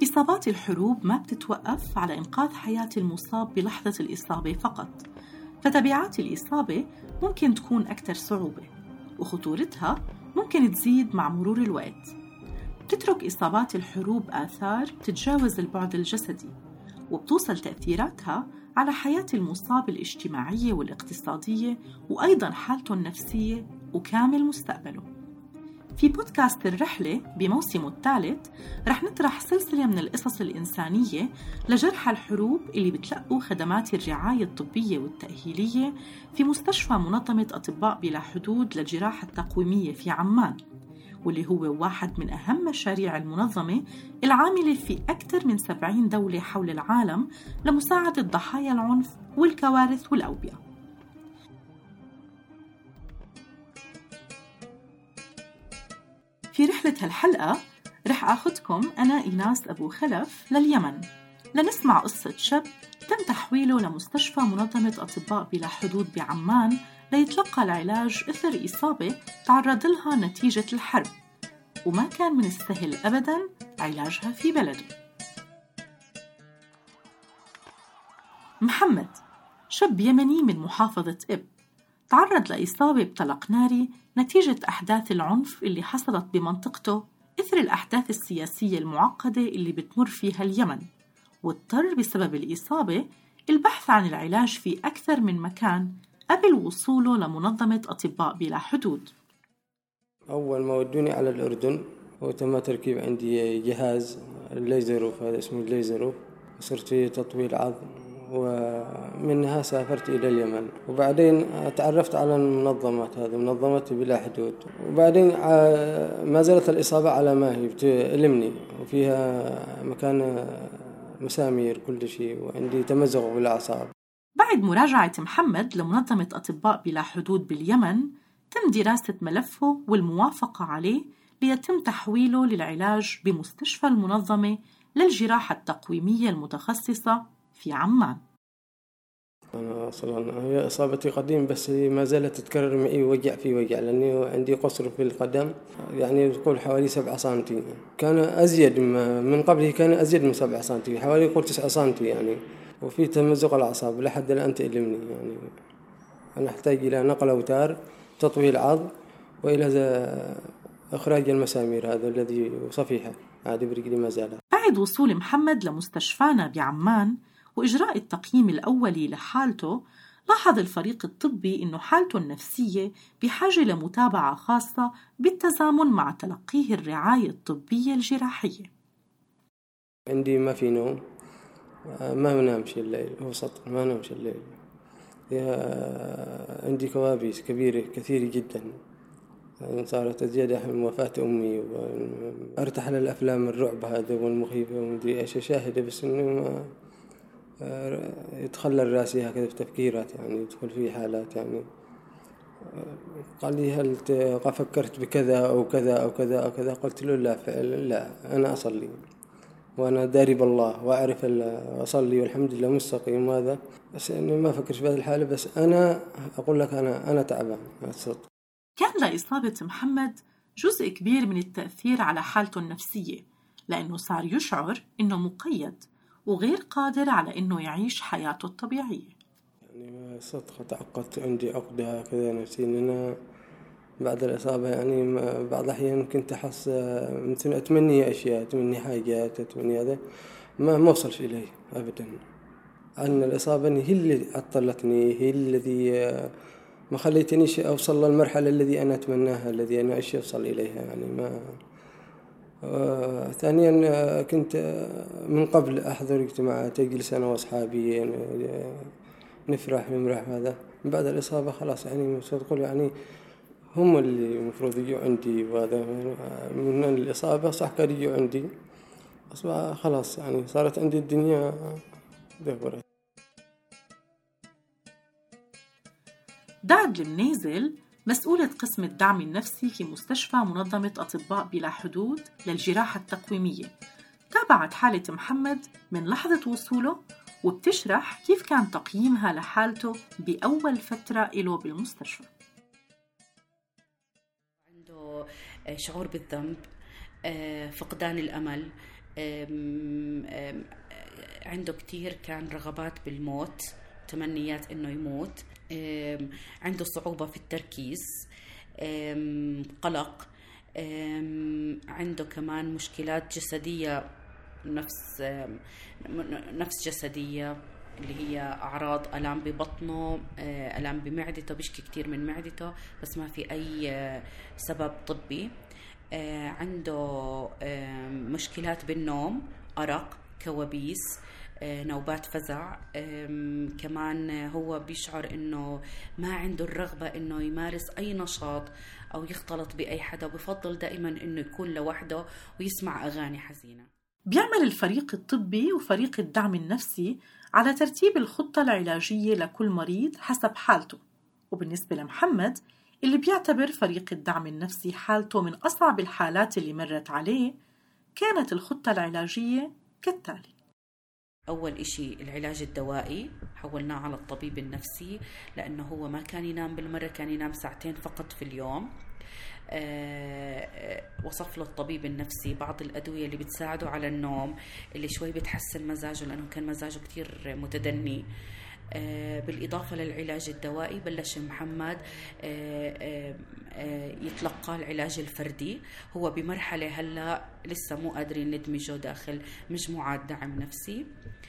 إصابات الحروب ما بتتوقف على إنقاذ حياة المصاب بلحظة الإصابة فقط، فتبعات الإصابة ممكن تكون أكثر صعوبة، وخطورتها ممكن تزيد مع مرور الوقت. بتترك إصابات الحروب آثار تتجاوز البعد الجسدي، وبتوصل تأثيراتها على حياة المصاب الاجتماعية والاقتصادية، وأيضاً حالته النفسية وكامل مستقبله. في بودكاست الرحلة بموسمه الثالث رح نطرح سلسلة من القصص الإنسانية لجرحى الحروب اللي بتلقوا خدمات الرعاية الطبية والتأهيلية في مستشفى منظمة أطباء بلا حدود للجراحة التقويمية في عمان، واللي هو واحد من أهم مشاريع المنظمة العاملة في أكثر من 70 دولة حول العالم لمساعدة ضحايا العنف والكوارث والأوبئة. في رحلة هالحلقة رح آخذكم أنا إيناس أبو خلف لليمن لنسمع قصة شاب تم تحويله لمستشفى منظمة أطباء بلا حدود بعمان ليتلقى العلاج إثر إصابة تعرض لها نتيجة الحرب، وما كان من السهل أبداً علاجها في بلده. محمد شاب يمني من محافظة إب تعرض لإصابة بطلق ناري نتيجة أحداث العنف اللي حصلت بمنطقته إثر الأحداث السياسية المعقدة اللي بتمر فيها اليمن، واضطر بسبب الإصابة البحث عن العلاج في أكثر من مكان قبل وصوله لمنظمة أطباء بلا حدود. أول ما ودوني على الأردن وتم تركيب عندي جهاز الليزروف، هذا اسمه الليزروف، صرت في تطويل عظم، ومنها سافرت إلى اليمن، وبعدين تعرفت على المنظمات هذه، منظمة بلا حدود، وبعدين ما زالت الإصابة على ما هي بتألمني، وفيها مكان مسامير كل شيء، وعندي تمزق بالأعصاب. بعد مراجعة محمد لمنظمة أطباء بلا حدود باليمن تم دراسة ملفه والموافقة عليه ليتم تحويله للعلاج بمستشفى المنظمة للجراحة التقويمية المتخصصة في عمان. أنا أصلاً هي إصابتي قديم، بس ما زالت تتكرر معي وجع في وجع، لأني عندي قصر في القدم، يعني تقول حوالي 7 سنتي، كان أزيد من قبله، كان أزيد من 7 سنتي، حوالي يقول 9 سنتي يعني، وفي تمزق الأعصاب لحد الآن تألمني، يعني أنا أحتاج إلى نقل أوتار، تطويل عظم، وإلى إخراج المسامير هذا الذي صفيحة عادي برجلي ما زالت. بعد وصول محمد لمستشفانا بعمان وإجراء التقييم الأولي لحالته، لاحظ الفريق الطبي إنه حالته النفسية بحاجة لمتابعة خاصة بالتزامن مع تلقيه الرعاية الطبية الجراحية. عندي ما في نوم، ما نامش الليل، هو سطر ما نامش الليل، عندي كوابيس كبيرة كثيرة جدا، صارت زيادة من وفاة أمي، وأرتاح للأفلام الرعب هذا والمخيفة ومدري إيش أشاهده، بس إنه ما يتخلل راسي هكذا في تفكيرات، يعني يدخل في حالات، يعني قال لي هل فكرت بكذا أو كذا أو كذا أو كذا؟ قلت له لا، فعلا لا، أنا أصلي وأنا داري بالله وأعرف أصلي والحمد لله مستقيم، هذا بس إني ما أفكر في هذه الحالة، بس أنا أقول لك أنا تعبان. كان لإصابة محمد جزء كبير من التأثير على حالته النفسية، لأنه صار يشعر إنه مقيد وغير قادر على إنه يعيش حياته الطبيعية. يعني صدق تعقدت، عندي عقدة كذا نفسية، إن أنا بعد الإصابة يعني بعض الأحيان كنت أحس مثل أتمني أشياء، أتمني حاجات، أتمني هذا ما وصلش إليه أبدا. أن الإصابة هي اللي عطلتني، هي الذي ما خليتنيش أوصل للمرحلة الذي أنا أتمناها، الذي أنا أوصل إليها، يعني ما. ثانيا كنت من قبل أحضر اجتماعات، أجلس أنا وأصحابي يعني نفرح نمرح، هذا بعد الإصابة خلاص، يعني تقول يعني هم اللي المفروض يجوا عندي، وهذا من الإصابة صح كان يجوا عندي، أصبح خلاص يعني صارت عندي الدنيا دهورت. دعد المنازل مسؤولة قسم الدعم النفسي في مستشفى منظمة أطباء بلا حدود للجراحة التقويمية تابعت حالة محمد من لحظة وصوله، وبتشرح كيف كان تقييمها لحالته بأول فترة له بالمستشفى. عنده شعور بالذنب، فقدان الأمل، عنده كتير كان رغبات بالموت، تمنيات إنه يموت. عنده صعوبة في التركيز، قلق. عنده كمان مشكلات جسدية، نفس جسدية، اللي هي أعراض ألام ببطنه، ألام بمعدته، بيشكي كتير من معدته بس ما في أي سبب طبي. عنده مشكلات بالنوم، أرق، كوابيس، نوبات فزع. كمان هو بيشعر إنه ما عنده الرغبة إنه يمارس أي نشاط أو يختلط بأي حدا، بفضل دائما إنه يكون لوحده ويسمع أغاني حزينة. بيعمل الفريق الطبي وفريق الدعم النفسي على ترتيب الخطة العلاجية لكل مريض حسب حالته. وبالنسبة لمحمد اللي بيعتبر فريق الدعم النفسي حالته من أصعب الحالات اللي مرت عليه، كانت الخطة العلاجية كالتالي. أول إشي العلاج الدوائي، حولناه على الطبيب النفسي، لأنه هو ما كان ينام بالمرة، كان ينام 2 ساعات فقط في اليوم. وصف له الطبيب النفسي بعض الأدوية اللي بتساعده على النوم، اللي شوي بتحسن مزاجه لأنه كان مزاجه كتير متدني. بالإضافة للعلاج الدوائي بلش محمد يتلقى العلاج الفردي. هو بمرحلة هلأ لسه مو قادرين ندمجه داخل مجموعات دعم نفسي.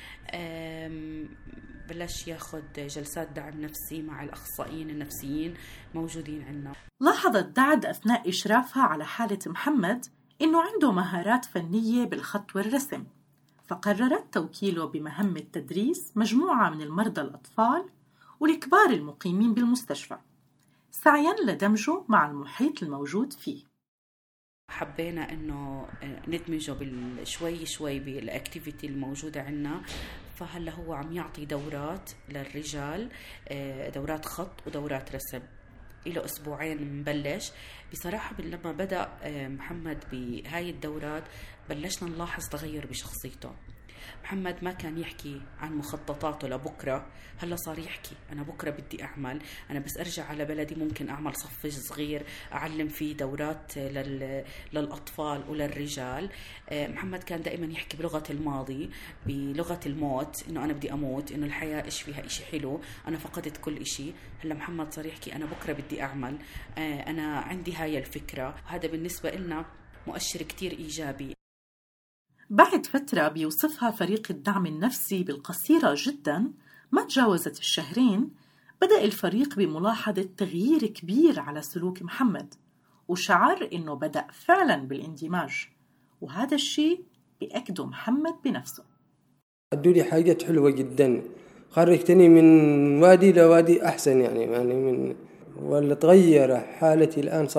بلش ياخد جلسات دعم نفسي مع الأخصائيين النفسيين موجودين عندنا. لاحظت دعد أثناء إشرافها على حالة محمد إنه عنده مهارات فنية بالخط والرسم، فقررت توكيله بمهمة تدريس مجموعة من المرضى الأطفال والكبار المقيمين بالمستشفى، سعياً لدمجه مع المحيط الموجود فيه. حبينا إنه ندمجه شوي شوي بالأكتيفيتي الموجودة عنا. فهلا هو عم يعطي دورات للرجال، دورات خط ودورات رسم. إله 2 أسبوع مبلش. بصراحة لما بدأ محمد بهاي الدورات بلشنا نلاحظ تغير بشخصيته. محمد ما كان يحكي عن مخططاته لبكرة، هلا صار يحكي أنا بكرة بدي أعمل، أنا بس أرجع على بلدي ممكن أعمل صف صغير أعلم فيه دورات للأطفال وللرجال. محمد كان دائما يحكي بلغة الماضي، بلغة الموت، إنه أنا بدي أموت، إنه الحياة إيش فيها إشي حلو، أنا فقدت كل إشي. هلا محمد صار يحكي أنا بكرة بدي أعمل، أنا عندي هاي الفكرة. وهذا بالنسبة لنا مؤشر كتير إيجابي. بعد فترة بيوصفها فريق الدعم النفسي بالقصيرة جداً، ما تجاوزت 2 شهر، بدأ الفريق بملاحظة تغيير كبير على سلوك محمد، وشعر إنه بدأ فعلاً بالاندماج، وهذا الشيء بيأكده محمد بنفسه. أدوا لي حاجات حلوة جداً، خرجتني من وادي لوادي أحسن، يعني ولا تغير حالتي الآن،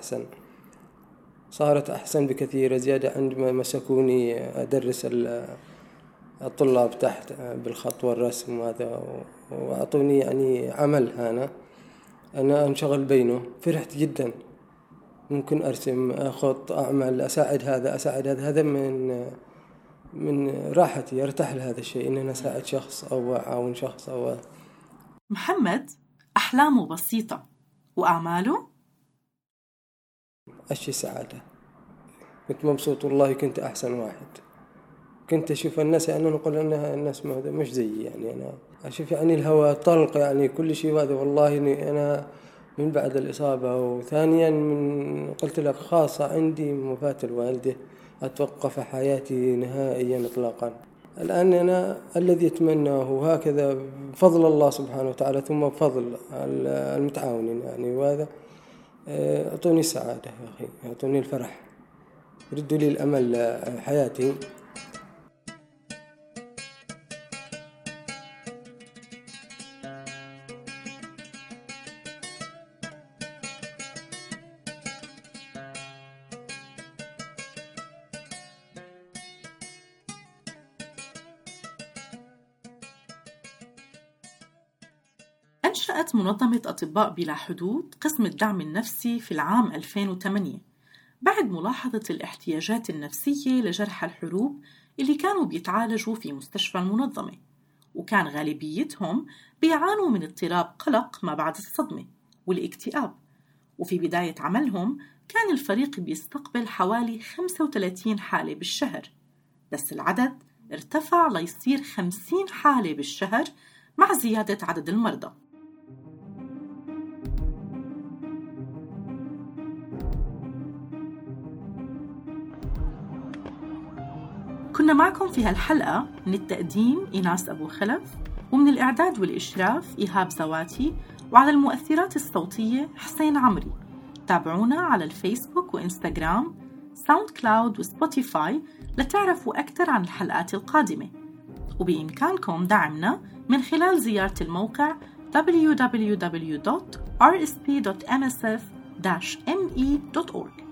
صارت أحسن بكثير زيادة. عندما مسكوني أدرس الطلاب تحت بالخط والرسم وهذا، وأعطوني يعني عمل أنا أنشغل بينه، فرحت جدا. ممكن أرسم، أخط، أعمل، أساعد هذا من راحتي، أرتاح لهذا الشيء، إن أنا أساعد شخص أو أعاون شخص أو. محمد أحلامه بسيطة وأعماله أشي سعادة. كنت مبسوط والله، كنت أحسن واحد. كنت أشوف الناس، يعني نقول أنها الناس مش زيي، يعني أنا أشوف يعني الهواء طلق، يعني كل شيء هذا. والله إني أنا من بعد الإصابة، وثانيا من قلت لك خاصة عندي وفاة الوالدة، أتوقف حياتي نهائيا إطلاقا. الآن أنا الذي أتمناه هكذا بفضل الله سبحانه وتعالى، ثم بفضل المتعاونين يعني، وهذا أعطوني السعادة يا أخي، أعطوني الفرح، ردوا لي الأمل حياتي. أنشأت منظمة أطباء بلا حدود قسم الدعم النفسي في العام 2008 بعد ملاحظة الاحتياجات النفسية لجرحى الحروب اللي كانوا بيتعالجوا في مستشفى المنظمة، وكان غالبيتهم بيعانوا من اضطراب قلق ما بعد الصدمة والاكتئاب. وفي بداية عملهم كان الفريق بيستقبل حوالي 35 حالة بالشهر، بس العدد ارتفع ليصير 50 حالة بالشهر مع زيادة عدد المرضى. كنا معكم في هالحلقة من التقديم إيناس أبو خلف، ومن الإعداد والإشراف إيهاب زواتي، وعلى المؤثرات الصوتية حسين عمري. تابعونا على الفيسبوك وإنستغرام، ساوند كلاود وسبوتيفاي لتعرفوا أكثر عن الحلقات القادمة، وبإمكانكم دعمنا من خلال زيارة الموقع www.rsp.msf-me.org.